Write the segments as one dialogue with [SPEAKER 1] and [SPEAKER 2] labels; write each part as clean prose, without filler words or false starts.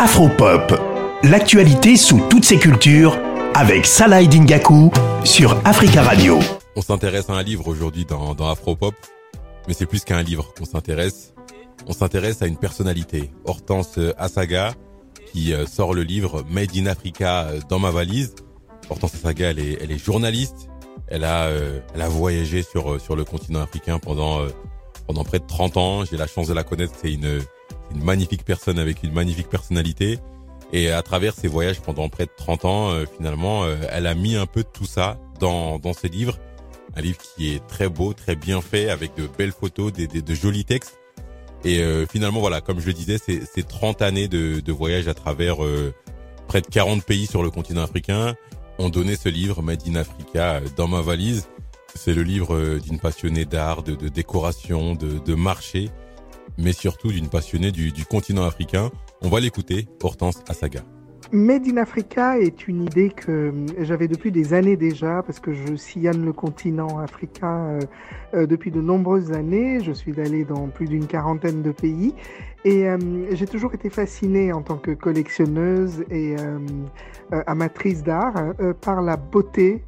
[SPEAKER 1] Afropop, l'actualité sous toutes ses cultures avec Salah Dingaku sur Africa Radio.
[SPEAKER 2] On s'intéresse à un livre aujourd'hui dans Afropop, mais c'est plus qu'un livre qu'on s'intéresse. On s'intéresse à une personnalité, Hortense Assaga, qui sort le livre Made in Africa dans ma valise. Hortense Assaga, elle est journaliste. Elle a voyagé sur le continent africain pendant près de 30 ans. J'ai la chance de la connaître. C'est une magnifique personne avec une magnifique personnalité. Et à travers ses voyages pendant près de 30 ans, finalement, elle a mis un peu de tout ça dans ce livre. Un livre qui est très beau, très bien fait, avec de belles photos, de jolis textes. Et finalement, voilà, comme je le disais, c'est 30 années de voyage à travers près de 40 pays sur le continent africain ont donné ce livre, Made in Africa, dans ma valise. C'est le livre d'une passionnée d'art, de décoration, de marché, mais surtout d'une passionnée du continent africain. On va l'écouter, Hortense Assaga.
[SPEAKER 3] Made in Africa est une idée que j'avais depuis des années déjà, parce que je sillonne le continent africain depuis de nombreuses années. Je suis allée dans plus d'une quarantaine de pays et j'ai toujours été fascinée en tant que collectionneuse et amatrice d'art par la beauté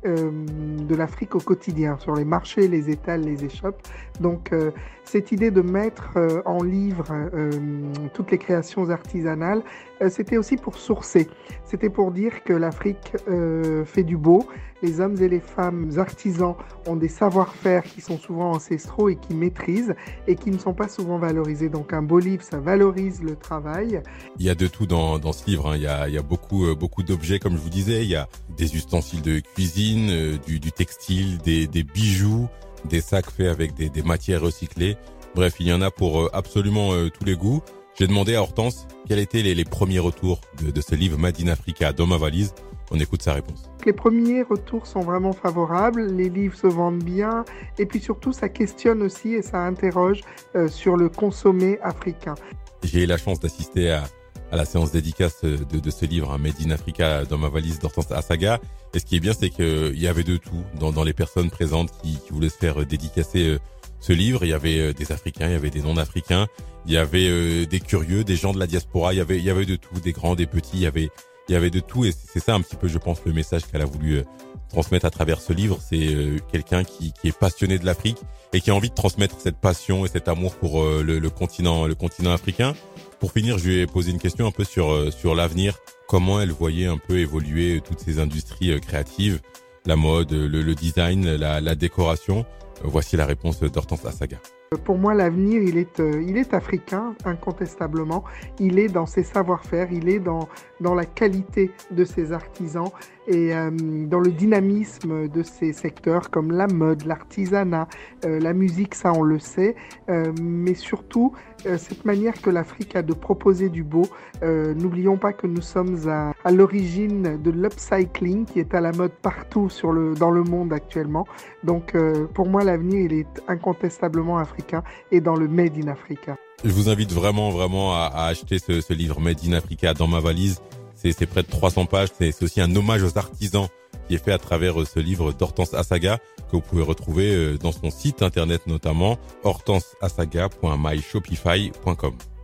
[SPEAKER 3] de l'Afrique au quotidien, sur les marchés, les étals, les échoppes. Donc cette idée de mettre en livre toutes les créations artisanales, c'était aussi pour sourcer. C'était pour dire que l'Afrique fait du beau. Les hommes et les femmes artisans ont des savoir-faire qui sont souvent ancestraux et qui maîtrisent et qui ne sont pas souvent valorisés. Donc un beau livre, ça valorise le travail.
[SPEAKER 2] Il y a de tout dans ce livre, hein. Il y a beaucoup d'objets, comme je vous disais. Il y a des ustensiles de cuisine, du textile, des bijoux, des sacs faits avec des matières recyclées. Bref, il y en a pour absolument tous les goûts. J'ai demandé à Hortense quels étaient les premiers retours de ce livre Made in Africa dans ma valise. On écoute sa réponse.
[SPEAKER 3] Les premiers retours sont vraiment favorables, les livres se vendent bien et puis surtout ça questionne aussi et ça interroge sur le consommé africain.
[SPEAKER 2] J'ai eu la chance d'assister à la séance dédicace de ce livre, Made in Africa dans ma valise d'Hortense Assaga. Et ce qui est bien, c'est qu'il y avait de tout dans les personnes présentes qui voulaient se faire dédicacer ce livre. Il y avait des Africains, il y avait des non-Africains, il y avait des curieux, des gens de la diaspora, il y avait de tout, des grands, des petits, il y avait de tout. Et c'est ça un petit peu, je pense, le message qu'elle a voulu transmettre à travers ce livre. C'est quelqu'un qui est passionné de l'Afrique et qui a envie de transmettre cette passion et cet amour pour le continent africain. Pour finir, je lui ai posé une question un peu sur l'avenir, comment elle voyait un peu évoluer toutes ces industries créatives, la mode, le design, la décoration. Voici la réponse d'Hortense Assaga.
[SPEAKER 3] Pour moi, l'avenir, il est africain, incontestablement. Il est dans ses savoir-faire, il est dans la qualité de ses artisans et dans le dynamisme de ces secteurs comme la mode, l'artisanat, la musique, ça on le sait, mais surtout cette manière que l'Afrique a de proposer du beau. N'oublions pas que nous sommes à l'origine de l'upcycling qui est à la mode partout dans le monde actuellement. Donc pour moi, l'avenir, il est incontestablement africain et dans le Made in Africa.
[SPEAKER 2] Je vous invite vraiment à acheter ce livre Made in Africa dans ma valise. C'est près de 300 pages. C'est aussi un hommage aux artisans qui est fait à travers ce livre d'Hortense Assaga que vous pouvez retrouver dans son site internet notamment hortenseassaga.myshopify.com.